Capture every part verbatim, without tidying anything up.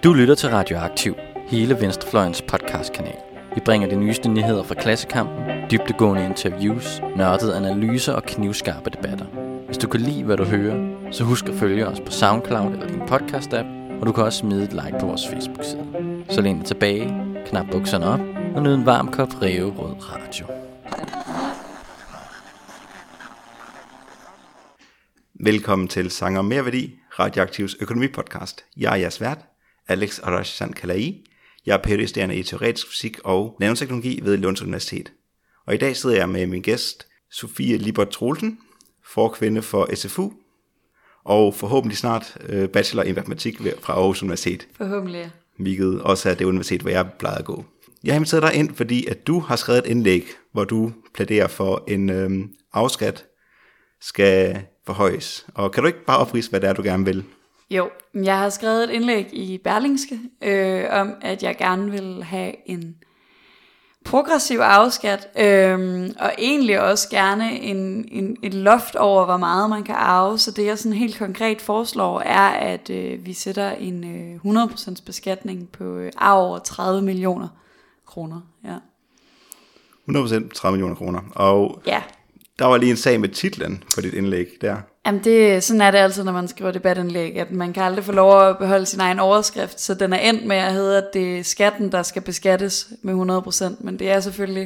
Du lytter til Radioaktiv, hele Venstrefløjens podcastkanal. Vi bringer de nyeste nyheder fra Klassekampen, dybdegående interviews, nørdede analyser og knivskarpe debatter. Hvis du kan lide, hvad du hører, så husk at følge os på SoundCloud eller din podcast-app, og du kan også smide et like på vores Facebook-side. Så læn dig tilbage, knap bukserne op og nyd en varm kop ræverød radio. Velkommen til Sanger Mere Værdi, Radioaktivs økonomipodcast. Jeg er jeres vært, Alex Arash-Sankalai. Jeg er ph.d.studerende i teoretisk fysik og nanoteknologi ved Lunds Universitet. Og i dag sidder jeg med min gæst, Sofie Lippert Troelsen, forkvinde for S F U, og forhåbentlig snart øh, bachelor i matematik fra Aarhus Universitet. Forhåbentlig. Hvilket også er det universitet, hvor jeg plejede at gå. Jeg har inviteret dig ind, fordi at du har skrevet et indlæg, hvor du plæderer for en øh, afskat skal forhøjes. Og kan du ikke bare oprise, hvad det er, du gerne vil? Jo, jeg har skrevet et indlæg i Berlingske øh, om, at jeg gerne vil have en progressiv afskat, øh, og egentlig også gerne en, en, et loft over, hvor meget man kan arve. Så det jeg sådan helt konkret foreslår, er, at øh, vi sætter en øh, hundrede procent beskatning på øh, arv over tredive millioner kroner. Ja. hundrede procent tredive millioner kroner. Og ja. Der var lige en sag med titlen på dit indlæg der. Jamen det, sådan er det altid, når man skriver debatindlæg, at man kan aldrig få lov at beholde sin egen overskrift, så den er endt med at hedde, at det er skatten, der skal beskattes med hundrede procent, men det er selvfølgelig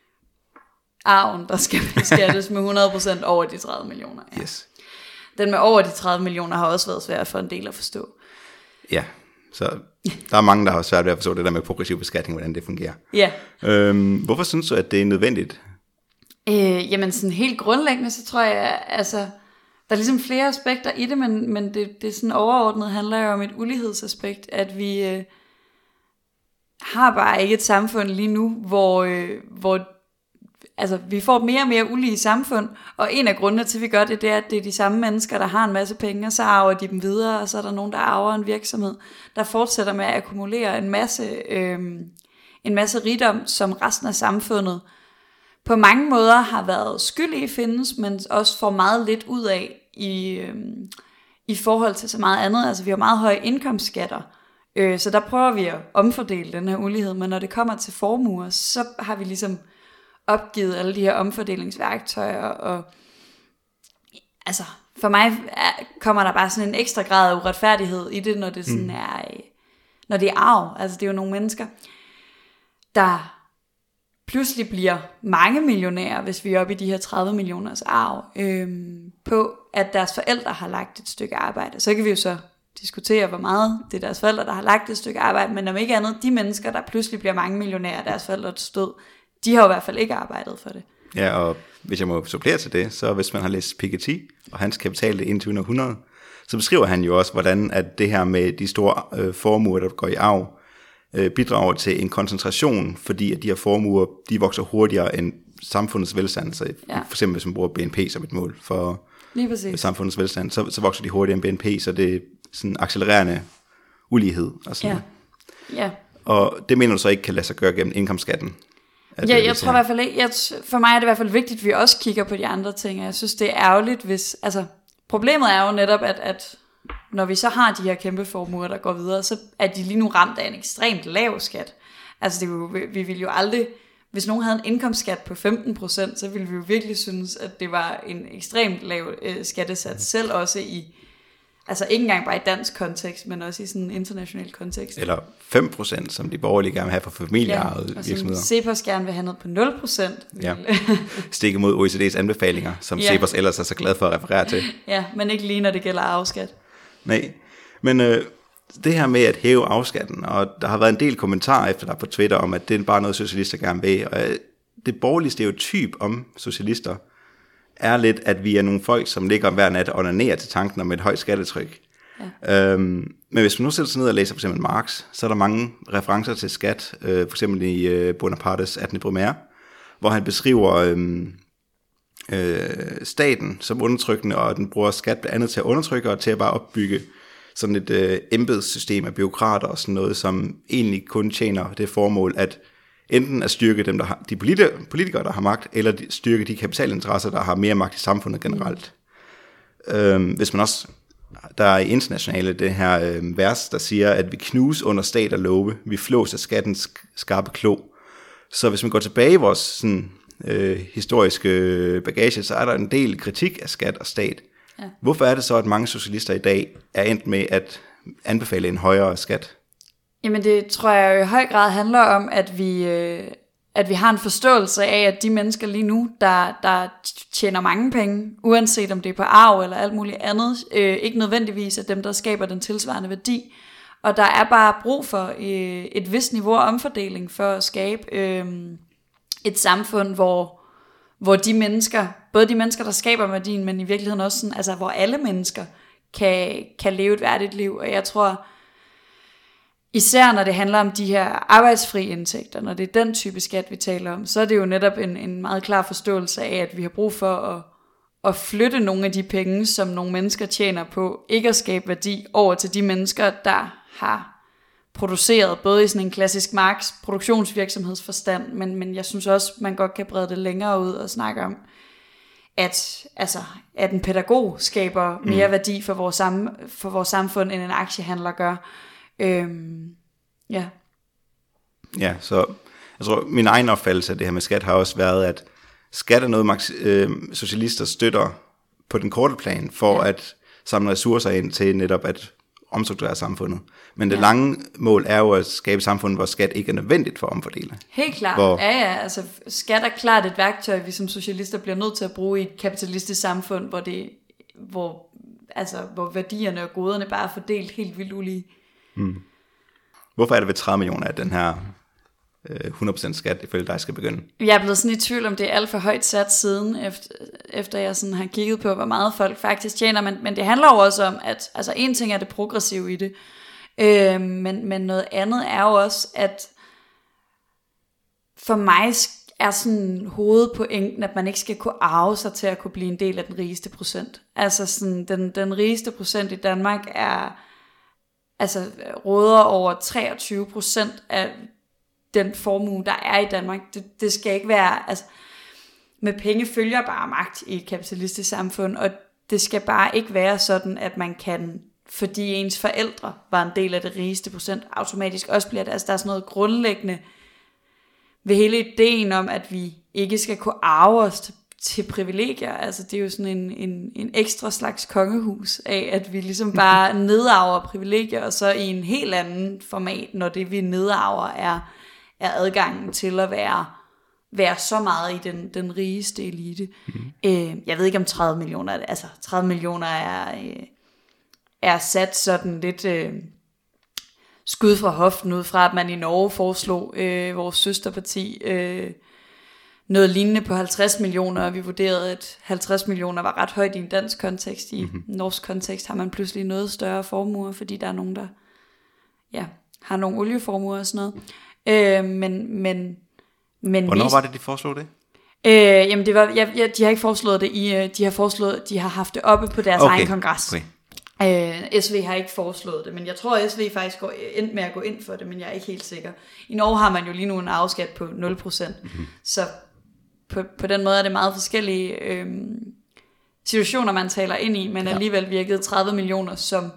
arven, der skal beskattes med hundrede procent over de tredive millioner. Ja. Yes. Den med over de tredive millioner har også været svært for en del at forstå. Ja, så der er mange, der har svært ved at forstå det der med progressiv beskatning, hvordan det fungerer. Ja. Øhm, hvorfor synes du, at det er nødvendigt? Øh, jamen sådan helt grundlæggende, så tror jeg, altså, der er ligesom flere aspekter i det, men, men det, det sådan overordnet handler jo om et ulighedsaspekt, at vi øh, har bare ikke et samfund lige nu, hvor, øh, hvor altså, vi får mere og mere ulige samfund, og en af grundene til, at vi gør det, det er, at det er de samme mennesker, der har en masse penge, og så arver de dem videre, og så er der nogen, der arver en virksomhed, der fortsætter med at akkumulere en masse, øh, en masse rigdom, som resten af samfundet på mange måder har været skyldige findes, men også får meget lidt ud af i, øh, i forhold til så meget andet. Altså vi har meget høje indkomstskatter, øh, så der prøver vi at omfordele den her ulighed, men når det kommer til formuer, så har vi ligesom opgivet alle de her omfordelingsværktøjer, og altså for mig er, kommer der bare sådan en ekstra grad af uretfærdighed i det, når det sådan mm. er, når det er arv. Altså det er jo nogle mennesker, der pludselig bliver mange millionærer, hvis vi er oppe i de her tredive millioners arv, øhm, på at deres forældre har lagt et stykke arbejde. Så kan vi jo så diskutere, hvor meget det er deres forældre, der har lagt et stykke arbejde, men om ikke andet, de mennesker, der pludselig bliver mange millionærer, deres forældre stød, de har jo i hvert fald ikke arbejdet for det. Ja, og hvis jeg må supplere til det, så hvis man har læst Piketty og hans kapital det enogtyvende århundrede, så beskriver han jo også, hvordan at det her med de store øh, formuer, der går i arv, bidrager til en koncentration, fordi at de her formuer, de vokser hurtigere end samfundets velstand. Så ja. For eksempel hvis man bruger B N P som et mål for samfundets velstand, så, så vokser de hurtigere end B N P, så det er sådan accelererende ulighed. Og, sådan. Ja. Ja. Og det mener du så ikke kan lade sig gøre gennem indkomstskatten? Ja, jeg tror i hvert fald ikke, jeg, for mig er det i hvert fald vigtigt, at vi også kigger på de andre ting, og jeg synes det er ærgerligt, hvis, altså problemet er jo netop, at, at når vi så har de her kæmpe formuer, der går videre, så er de lige nu ramt af en ekstremt lav skat. Altså det jo, vi ville jo aldrig, hvis nogen havde en indkomstskat på femten procent, så ville vi jo virkelig synes, at det var en ekstremt lav øh, skattesats, selv også i, altså ikke engang bare i dansk kontekst, men også i sådan en international kontekst. Eller fem procent, som de borgerlige gerne vil have for familieejede ja, virksomheder. og Cepos gerne vil have noget på nul procent. Ja. Stikke mod O E C D's anbefalinger, som ja. Cepos ellers er så glad for at referere til. Ja, men ikke lige når det gælder afskat. Nej, men øh, det her med at hæve afskatten, og der har været en del kommentarer efter dig på Twitter om, at det er bare noget, socialister gerne vil, og øh, det borgerlige stereotyp om socialister er lidt, at vi er nogle folk, som ligger hver nat og onanerer til tanken om et højt skattetryk. Ja. Øhm, men hvis man nu sætter sig ned og læser for eksempel Marx, så er der mange referencer til skat, øh, for eksempel i øh, Bonapartes attende Brumaire, hvor han beskriver øh, øh, staten som undertrykkende, og den bruger skat blandt andet til at undertrykke og til at bare opbygge sådan et øh, embedssystem af bureaukrater og sådan noget, som egentlig kun tjener det formål, at enten at styrke dem, der har, de politikere, der har magt, eller styrke de kapitalinteresser, der har mere magt i samfundet generelt. Mm. Øhm, hvis man også der er i internationale det her øh, vers, der siger, at vi knus under stat og love, vi flås af skattens skarpe klo. Så hvis man går tilbage i vores sådan, øh, historiske bagage, så er der en del kritik af skat og stat. Ja. Hvorfor er det så, at mange socialister i dag er endt med at anbefale en højere skat? Jamen det tror jeg jo i høj grad handler om, at vi, øh, at vi har en forståelse af, at de mennesker lige nu, der, der tjener mange penge, uanset om det er på arv eller alt muligt andet, øh, ikke nødvendigvis er dem, der skaber den tilsvarende værdi. Og der er bare brug for øh, et vist niveau af omfordeling for at skabe øh, et samfund, hvor, hvor de mennesker, både de mennesker, der skaber værdien, men i virkeligheden også sådan, altså hvor alle mennesker kan, kan leve et værdigt liv. Og jeg tror, især når det handler om de her arbejdsfri indtægter, når det er den type skat, vi taler om, så er det jo netop en, en meget klar forståelse af, at vi har brug for at, at flytte nogle af de penge, som nogle mennesker tjener på, ikke at skabe værdi, over til de mennesker, der har produceret, både i sådan en klassisk Marx produktionsvirksomhedsforstand, men, men jeg synes også, man godt kan brede det længere ud og snakke om, at, altså, at en pædagog skaber mere mm. værdi for vores, sam, for vores samfund, end en aktiehandler gør. Øhm, ja. Ja, så jeg tror, min egen opfattelse af det her med skat har også været, at skat er noget, max, øh, socialister støtter på den korte plan, for ja. at samle ressourcer ind til netop at omstrukturere samfundet. Men det ja. lange mål er jo at skabe et samfund, hvor skat ikke er nødvendigt for at omfordele. Helt klart. Hvor, ja, ja. Altså, skat er klart et værktøj, vi som socialister bliver nødt til at bruge i et kapitalistisk samfund, hvor, det, hvor, altså, hvor værdierne og goderne bare er fordelt helt vildt ulige. Hmm. Hvorfor er det ved tredive millioner, at den her øh, hundrede procent skat ifølge dig skal begynde? Jeg er blevet sådan i tvivl om, det er alt for højt sat siden, efter, efter jeg sådan har kigget på, hvor meget folk faktisk tjener. Men, men det handler jo også om, at altså en ting er det progressive i det, øh, men, men noget andet er jo også, at for mig er sådan hovedpointen, at man ikke skal kunne arve sig til at kunne blive en del af den rigeste procent. Altså sådan, den, den rigeste procent i Danmark er... altså råder over treogtyve procent af den formue, der er i Danmark. Det, det skal ikke være, altså med penge følger bare magt i et kapitalistisk samfund, og det skal bare ikke være sådan, at man kan, fordi ens forældre var en del af det rigeste procent, automatisk også bliver det. Altså der er sådan noget grundlæggende ved hele ideen om, at vi ikke skal kunne arve os til til privilegier. Altså det er jo sådan en, en, en ekstra slags kongehus af, at vi ligesom bare nedarver privilegier, og så i en helt anden format, når det vi nedarver er, er adgangen til at være, være så meget i den, den rigeste elite. Mm-hmm. Øh, jeg ved ikke om tredive millioner, altså tredive millioner er, øh, er sat sådan lidt øh, skud fra hoften ud fra, at man i Norge foreslog øh, vores søsterparti øh, noget lignende på halvtreds millioner, og vi vurderede, at halvtreds millioner var ret højt i en dansk kontekst. I mm-hmm. norsk kontekst har man pludselig noget større formuer, fordi der er nogen, der ja, har nogle olieformuer og sådan noget. Øh, men, men, men Hvornår var det, de foreslog det? Øh, jamen, det var, ja, ja, de har ikke foreslået det i, de har foreslået, de har haft det oppe på deres okay. egen kongres. Okay. Øh, S V har ikke foreslået det, men jeg tror, at S V faktisk går ind med at gå ind for det, men jeg er ikke helt sikker. I Norge har man jo lige nu en afskat på nul procent, mm-hmm. så på, på den måde er det meget forskellige øh, situationer, man taler ind i, men ja. alligevel virkede tredive millioner som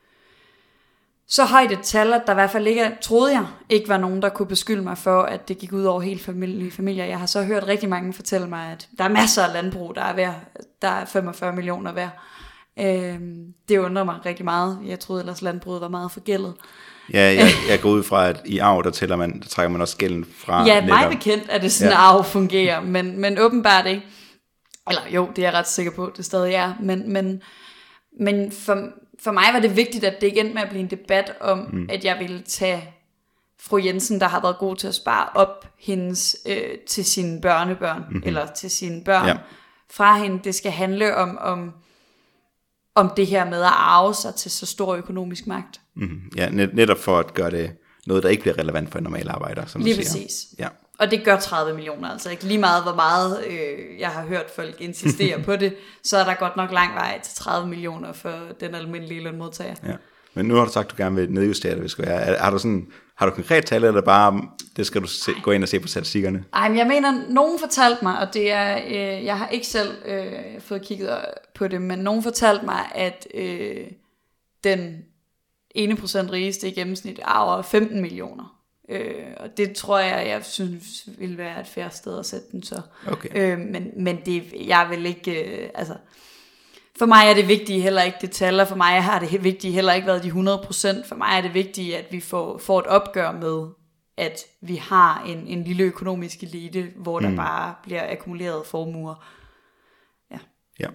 så højt et tal, at der i hvert fald ikke, troede jeg, ikke var nogen, der kunne beskylde mig for, at det gik ud over helt familie, familier. Jeg har så hørt rigtig mange fortælle mig, at der er masser af landbrug, der er, værd, der er femogfyrre millioner værd. Øh, det undrer mig rigtig meget. Jeg troede ellers, landbruget var meget forgældet. Ja, jeg, jeg går ud fra, at i arv, der, tæller man, der trækker man også gælden fra. Ja, mig bekendt, at det sådan ja. arv fungerer, men, men åbenbart ikke. Eller jo, det er jeg ret sikker på, det stadig er. Men, men, men for, for mig var det vigtigt, at det ikke endte med at blive en debat om, mm. at jeg ville tage fru Jensen, der har været god til at spare op hendes øh, til sine børnebørn, mm-hmm. eller til sine børn, ja. fra hende. Det skal handle om... om om det her med at arve sig til så stor økonomisk magt. Mm-hmm. Ja, net, netop for at gøre det noget, der ikke bliver relevant for en normal arbejder, som lige du siger. Præcis. Ja. Og det gør tredive millioner, altså ikke lige meget, hvor meget øh, jeg har hørt folk insistere på det, så er der godt nok lang vej til tredive millioner for den almindelige lønmodtager. Ja. Men nu har du sagt, at du gerne vil nedjustere det, hvis det være. Har du sådan, har du konkret tal, eller bare, det skal du se, gå ind og se på statistikkerne? Ej, men jeg mener, nogen fortalte mig, og det er, øh, jeg har ikke selv øh, fået kigget på det, men nogen fortalte mig, at øh, den ene procent rigeste i gennemsnit arver femten millioner. Øh, og det tror jeg, jeg synes vil være et fair sted at sætte den så. Okay. Øh, men, men det, jeg vil ikke, øh, altså, for mig er det vigtige heller ikke detaljer, for mig har det vigtige heller ikke været de hundrede procent, for mig er det vigtige, at vi får, får et opgør med, at vi har en, en lille økonomisk elite, hvor der mm. bare bliver akkumuleret formuer. Ja. Ja.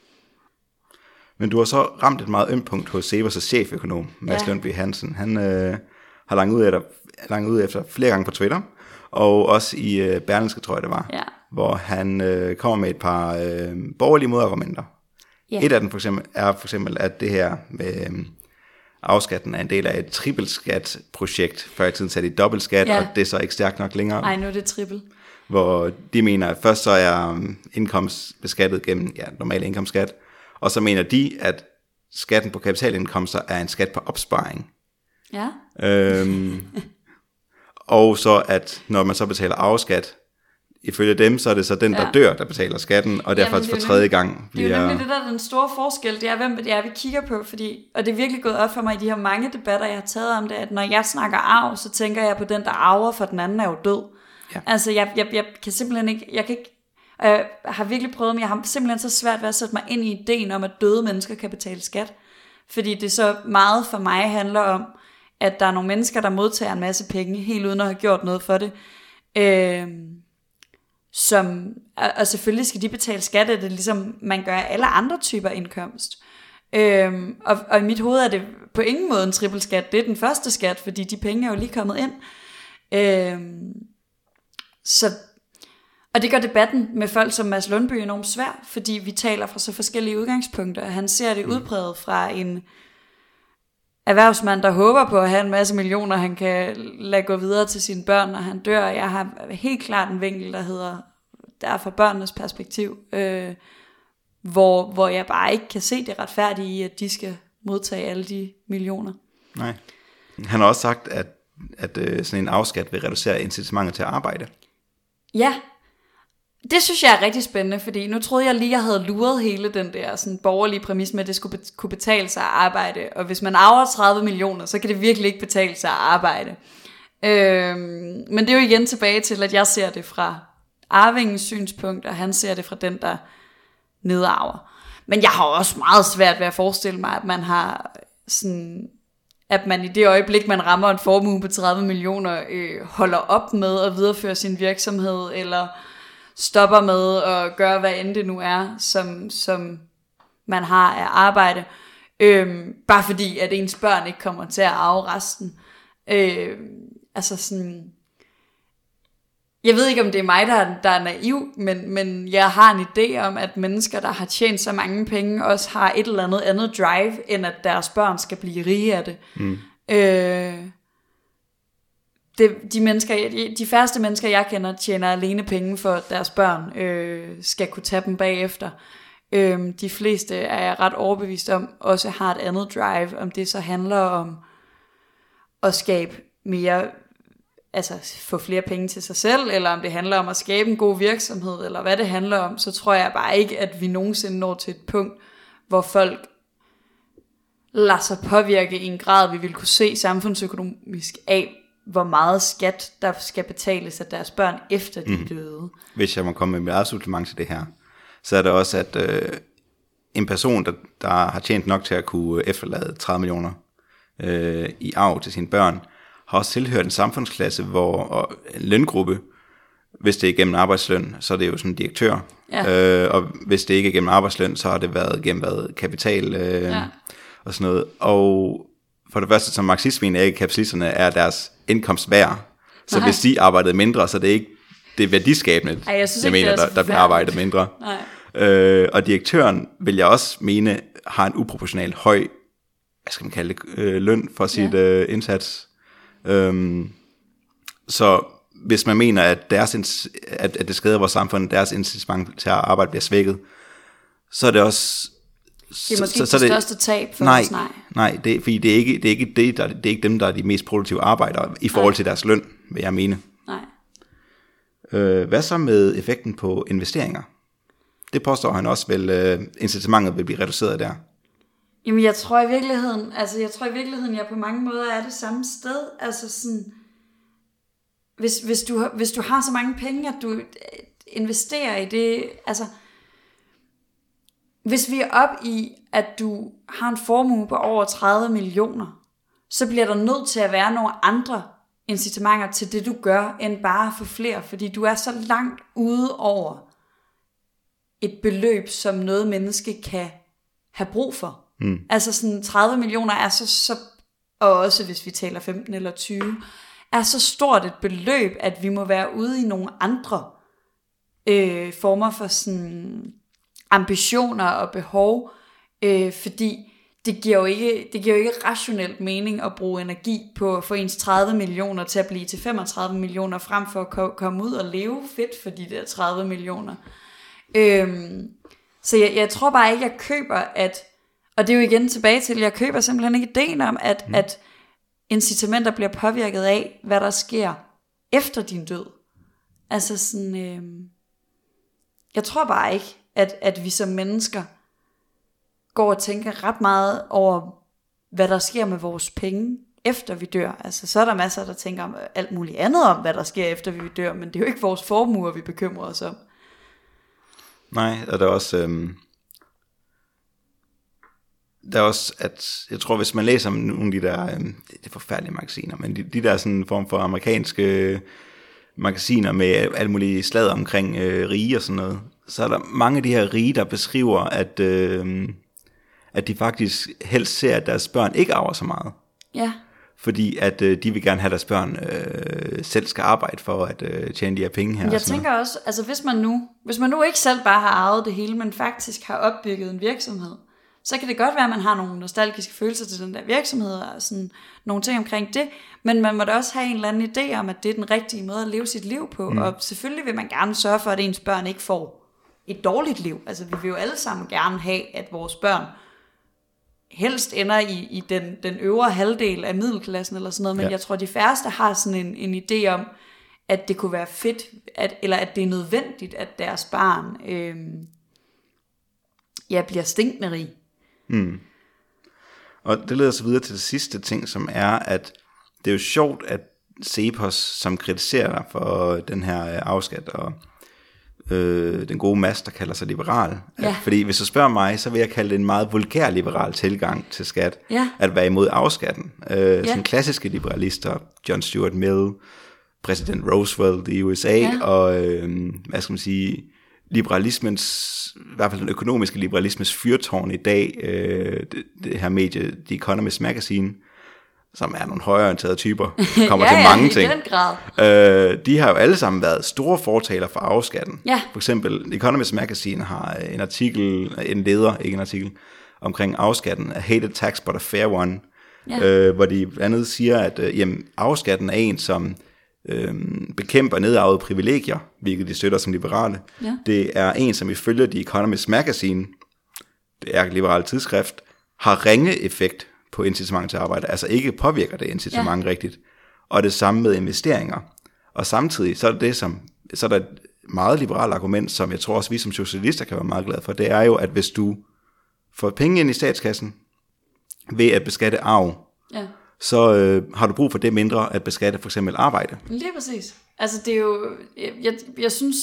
Men du har så ramt et meget ømt punkt hos Cepos' cheføkonom, Mads ja. Lundby Hansen. Han øh, har langt ud, efter, langt ud efter flere gange på Twitter, og også i øh, Berlingske, tror jeg det var, ja. hvor han øh, kommer med et par øh, borgerlige modargumenter. Ja. Et af dem for eksempel, er for eksempel, at det her med øh, afskatten er en del af et trippelskatprojekt. Før i tiden satte de dobbeltskat, ja. Og det er så ikke stærkt nok længere. Nej, nu er det trippel. Hvor de mener, at først så er indkomst beskattet gennem ja, normal indkomstskat, og så mener de, at skatten på kapitalindkomster er en skat på opsparing. Ja. Øhm, og så at når man så betaler afskat, ifølge dem, så er det så den, der ja. dør, der betaler skatten, og derfor for tredje gang bliver... Det er jo nemlig det, der er den store forskel, det er, hvem det er, vi kigger på, fordi, og det er virkelig gået op for mig i de her mange debatter, jeg har taget om det, at når jeg snakker arv, så tænker jeg på den, der arver, for den anden er jo død. Ja. Altså, jeg, jeg, jeg kan simpelthen ikke, jeg kan ikke, jeg har virkelig prøvet, men jeg har simpelthen så svært ved at sætte mig ind i ideen om, at døde mennesker kan betale skat, fordi det så meget for mig handler om, at der er nogle mennesker, der modtager en masse penge, helt uden at have gjort noget for det, øh, som, og selvfølgelig skal de betale skat af det, ligesom man gør alle andre typer indkomst. Øhm, og, og i mit hoved er det på ingen måde en trippelskat, det er den første skat, fordi de penge er jo lige kommet ind. Øhm, så, og det gør debatten med folk som Mads Lundby enormt svær, fordi vi taler fra så forskellige udgangspunkter. Han ser det udpræget fra en erhvervsmand, der håber på at have en masse millioner, han kan lade gå videre til sine børn, når han dør. Jeg har helt klart en vinkel, der hedder, der er fra børnenes perspektiv, øh, hvor, hvor jeg bare ikke kan se det retfærdige i, at de skal modtage alle de millioner. Nej. Han har også sagt, at, at øh, sådan en afskat vil reducere incitamentet til at arbejde. Ja, det synes jeg er rigtig spændende, fordi nu troede jeg lige, jeg havde luret hele den der sådan borgerlige præmis med, at det skulle be- kunne betale sig at arbejde. Og hvis man arver tredive millioner, så kan det virkelig ikke betale sig at arbejde. Øhm, men det er jo igen tilbage til, at jeg ser det fra arvingens synspunkt, og han ser det fra den, der nedarver. Men jeg har også meget svært ved at forestille mig, at man har sådan, at man i det øjeblik, man rammer en formue på tredive millioner, øh, holder op med at videreføre sin virksomhed, eller stopper med at gøre, hvad end det nu er, som, som man har af arbejde, øhm, bare fordi, at ens børn ikke kommer til at arve resten. Øh, altså sådan, jeg ved ikke, om det er mig, der er, der er naiv, men, men jeg har en idé om, at mennesker, der har tjent så mange penge, også har et eller andet andet drive, end at deres børn skal blive rige af det. Mm. Øh, Det, de, mennesker, de, de færreste mennesker, jeg kender, tjener alene penge for, at deres børn øh, skal kunne tage dem bagefter. Øh, de fleste er jeg ret overbevist om, også har et andet drive, om det så handler om at skabe mere, altså få flere penge til sig selv, eller om det handler om at skabe en god virksomhed, eller hvad det handler om, så tror jeg bare ikke, at vi nogensinde når til et punkt, hvor folk lader sig påvirke i en grad, vi vil kunne se samfundsøkonomisk af, hvor meget skat, der skal betales af deres børn, efter de mm. døde. Hvis jeg må komme med mit eget supplement til det her, så er det også, at øh, en person, der, der har tjent nok til at kunne efterlade tredive millioner øh, i arv til sine børn, har også tilhørt en samfundsklasse, hvor og en løngruppe, hvis det er gennem arbejdsløn, så er det jo sådan en direktør. Ja. Øh, og hvis det ikke er gennem arbejdsløn, så har det været gennem været kapital øh, ja. og sådan noget. Og for det første, som marxismen er, kapitalisterne er deres indkomst værd. Så Nej. hvis de arbejdede mindre, så det er ikke det er værdiskabende, Ej, jeg, synes jeg ikke, mener, der, der bliver arbejdet mindre. Øh, og direktøren, vil jeg også mene, har en uproportional høj, hvad skal man kalde det, øh, løn for sit ja. øh, indsats. Øhm, så hvis man mener, at, deres, at, at det skader vores samfund, deres incitament til at arbejde bliver svækket, så er det også... Det er måske så, så det største tab for nej, os, nej. Nej, det, fordi det er, ikke, det, er ikke det, der, det er ikke dem, der er de mest produktive arbejdere i forhold nej. til deres løn, vil jeg mene. Nej. Øh, hvad så med effekten på investeringer? Det påstår han også, vel, øh, incitamentet vil blive reduceret der. Jamen jeg tror i virkeligheden, altså jeg tror i virkeligheden, jeg på mange måder er det samme sted. Altså sådan, hvis, hvis, du, hvis du har så mange penge, at du investerer i det, altså hvis vi er op i, at du har en formue på over tredive millioner, så bliver der nødt til at være nogle andre incitamenter til det, du gør, end bare at få flere, fordi du er så langt ude over et beløb, som noget menneske kan have brug for. Mm. Altså sådan tredive millioner er så, så, og også hvis vi taler femten eller tyve, er så stort et beløb, at vi må være ude i nogle andre øh, former for sådan ambitioner og behov, øh, fordi det giver jo ikke, det giver jo ikke rationelt mening at bruge energi på at få ens tredive millioner til at blive til femogtredive millioner, frem for at ko- komme ud og leve fedt for de der tredive millioner. Øhm, så jeg, jeg tror bare ikke, jeg køber, at, og det er jo igen tilbage til, jeg køber simpelthen ikke ideen om, at, mm. at incitamenter bliver påvirket af, hvad der sker efter din død. Altså sådan, øhm, jeg tror bare ikke, at, at vi som mennesker går og tænker ret meget over, hvad der sker med vores penge, efter vi dør. Altså, så er der masser, der tænker om alt muligt andet om, hvad der sker, efter vi dør, men det er jo ikke vores formuer, vi bekymrer os om. Nej, og der er også, øhm, der er også, at jeg tror, hvis man læser om nogle af de der, øhm, det er forfærdelige magasiner, men de, de der sådan form for amerikanske magasiner med alt muligt sladder omkring øh, rige og sådan noget, så er der mange af de her rige, der beskriver, at, øh, at de faktisk helst ser, at deres børn ikke arver så meget. Ja. Fordi at øh, de vil gerne have, at deres børn øh, selv skal arbejde for at øh, tjene de her penge her. Jeg tænker noget. også, altså hvis man nu, hvis man nu ikke selv bare har arvet det hele, men faktisk har opbygget en virksomhed, så kan det godt være, at man har nogle nostalgiske følelser til den der virksomhed, og sådan nogle ting omkring det, men man må da også have en eller anden idé om, at det er den rigtige måde at leve sit liv på, mm. og selvfølgelig vil man gerne sørge for, at ens børn ikke får et dårligt liv. Altså vi vil jo alle sammen gerne have, at vores børn helst ender i, i den, den øvre halvdel af middelklassen eller sådan noget, men ja. Jeg tror, de færreste har sådan en, en idé om, at det kunne være fedt, at, eller at det er nødvendigt, at deres barn øh, ja, bliver stinkende rig. Mm. Og det leder så videre til det sidste ting, som er, at det er jo sjovt, at Cepos, som kritiserer dig for den her afskat, og øh, den gode Mads, der kalder sig liberal. Ja. At, fordi hvis du spørger mig, så vil jeg kalde det en meget vulgær liberal tilgang til skat, ja. At være imod afskatten. Øh, ja. Sådan klassiske liberalister, John Stuart Mill, præsident Roosevelt i U S A, ja. og øh, hvad skal man sige, liberalismens, i hvert fald den økonomiske liberalismens fyrtårn i dag, øh, det, det her medie, The Economist Magazine, som er nogle højreorienterede typer, kommer ja, til ja, mange i ting. Den grad. Øh, de har jo alle sammen været store fortaler for afskatten. Ja. For eksempel, The Economist Magazine har en artikel, en leder, ikke en artikel, omkring afskatten, A Hated Tax But A Fair One, ja. øh, hvor de blandt andet siger, at øh, jamen, afskatten er en, som øh, bekæmper nedarvede privilegier, hvilket de støtter som liberale. Ja. Det er en, som ifølge The Economist Magazine, det er et liberalt tidsskrift, har ringe effekt på incitament til arbejde, altså ikke påvirker det incitament ja. rigtigt. Og det samme med investeringer. Og samtidig, så er det som, så er der et meget liberalt argument, som jeg tror også vi som socialister kan være meget glade for, det er jo, at hvis du får penge ind i statskassen ved at beskatte arv, ja. så øh, har du brug for det mindre at beskatte for eksempel arbejde. Lige præcis. Altså det er jo, jeg, jeg, jeg synes,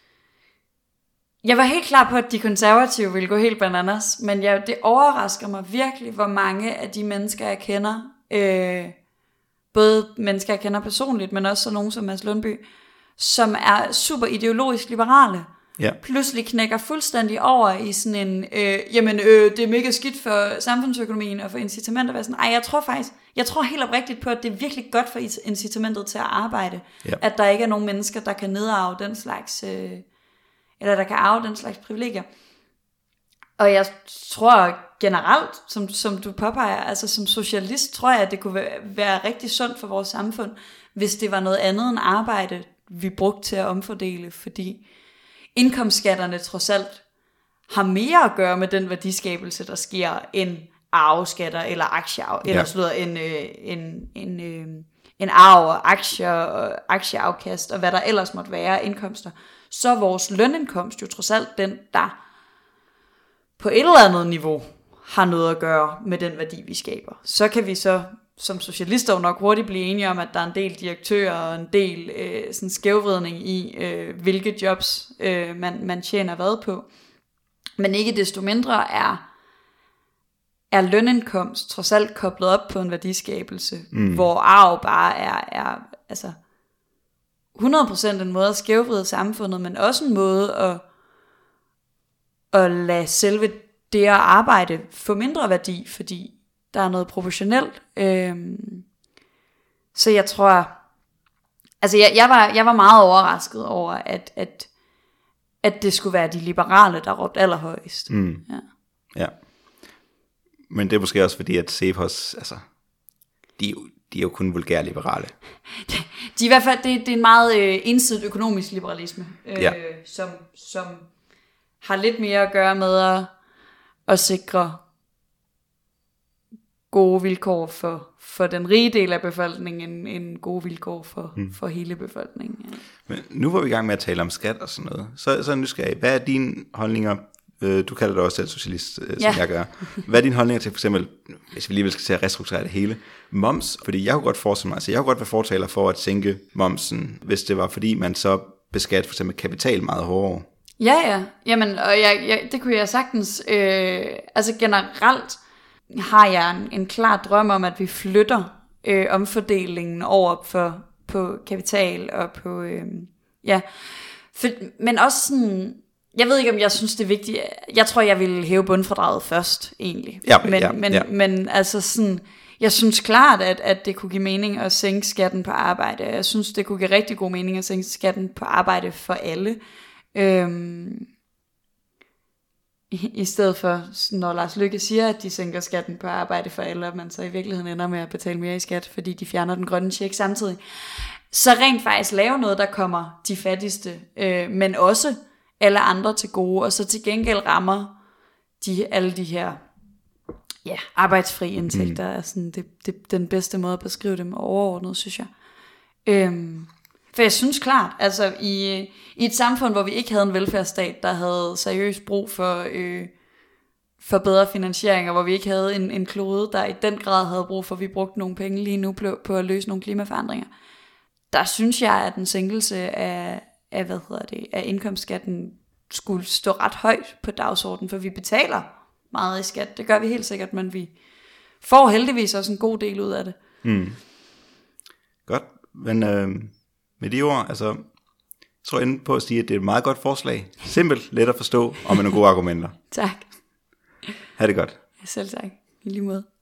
jeg var helt klar på, at de konservative ville gå helt bananas, men jeg, det overrasker mig virkelig, hvor mange af de mennesker, jeg kender, øh, både mennesker, jeg kender personligt, men også så nogen som Mads Lundby, som er super ideologisk liberale, ja. pludselig knækker fuldstændig over i sådan en, øh, jamen øh, det er mega skidt for samfundsøkonomien og for incitamenter. Sådan, ej, jeg tror faktisk, jeg tror helt oprigtigt på, at det er virkelig godt for incitamentet til at arbejde, ja. at der ikke er nogen mennesker, der kan nedarve den slags... Øh, eller der kan arve den slags privilegier. Og jeg tror generelt, som, som du påpeger, altså som socialist, tror jeg, at det kunne være, være rigtig sundt for vores samfund, hvis det var noget andet end arbejde, vi brugte til at omfordele, fordi indkomstskatterne trods alt har mere at gøre med den værdiskabelse, der sker, end arveskatter eller aktiearv, ja. eller sådan en, en, en, en, en arv og aktier og aktieafkast, og hvad der ellers måtte være indkomster. Så er vores lønindkomst jo trods alt den, der på et eller andet niveau har noget at gøre med den værdi, vi skaber. Så kan vi så som socialister jo nok hurtigt blive enige om, at der er en del direktører og en del øh, sådan skævvridning i, øh, hvilke jobs øh, man, man tjener hvad på. Men ikke desto mindre er, er lønindkomst trods alt koblet op på en værdiskabelse, mm. hvor arv bare er, er altså hundrede procent en måde at skævvride samfundet, men også en måde at, at lade selve det at arbejde få mindre værdi, fordi der er noget proportionelt. Øhm, så jeg tror, altså jeg, jeg, var, jeg var meget overrasket over, at, at, at det skulle være de liberale, der råbte allerhøjest. Mm. Ja. ja. Men det er måske også fordi, at Cepos, altså, de, de er jo kun vulgære liberale. De, de i hvert fald, det, det er en meget øh, ensidigt økonomisk liberalisme, øh, ja. som, som har lidt mere at gøre med at, at sikre gode vilkår for, for den rige del af befolkningen, end, end gode vilkår for, mm. for hele befolkningen. Ja. Men nu var vi i gang med at tale om skat og sådan noget. Så, så nysgerrig, hvad er dine holdninger? Du kalder dig også selv socialist, som ja. jeg gør. Hvad er dine holdninger til for eksempel, hvis vi alligevel skal til at restrukturere det hele, moms? Fordi jeg kunne godt forestille mig, altså jeg kunne godt være fortaler for at sænke momsen, hvis det var fordi man så beskatter for eksempel kapital meget hårdere. Ja, ja. Jamen, og jeg, jeg, det kunne jeg sagtens. Øh, altså generelt har jeg en, en klar drøm om, at vi flytter øh, omfordelingen over for, på kapital og på, øh, ja. For, men også sådan, jeg ved ikke, om jeg synes, det er vigtigt. Jeg tror, jeg vil hæve bundfradraget først, egentlig. Ja, men, ja, men, ja. men altså sådan, jeg synes klart, at, at det kunne give mening at sænke skatten på arbejde. Jeg synes, det kunne give rigtig god mening at sænke skatten på arbejde for alle. Øhm, i, I stedet for, når Lars Løkke siger, at de sænker skatten på arbejde for alle, og man så i virkeligheden ender med at betale mere i skat, fordi de fjerner den grønne check samtidig. Så rent faktisk lave noget, der kommer de fattigste, øh, men også alle andre til gode, og så til gengæld rammer de, alle de her ja, arbejdsfri indtægter, mm. er sådan, det, det, den bedste måde at beskrive dem overordnet, synes jeg. Øhm, for jeg synes klart, altså i, i et samfund, hvor vi ikke havde en velfærdsstat, der havde seriøst brug for, øh, for bedre finansiering, og hvor vi ikke havde en, en klode, der i den grad havde brug for, at vi brugte nogle penge lige nu på, på at løse nogle klimaforandringer, der synes jeg, at en sænkelse af, af, hvad hedder det, af indkomstskatten skulle stå ret højt på dagsordenen, for vi betaler meget i skat. Det gør vi helt sikkert, men vi får heldigvis også en god del ud af det. Mm. Godt, men øh, med de ord, altså, jeg tror inde på at sige, at det er et meget godt forslag. Simpelt, let at forstå, og med nogle gode argumenter. Tak. Ha' det godt. Selv tak. I lige måde.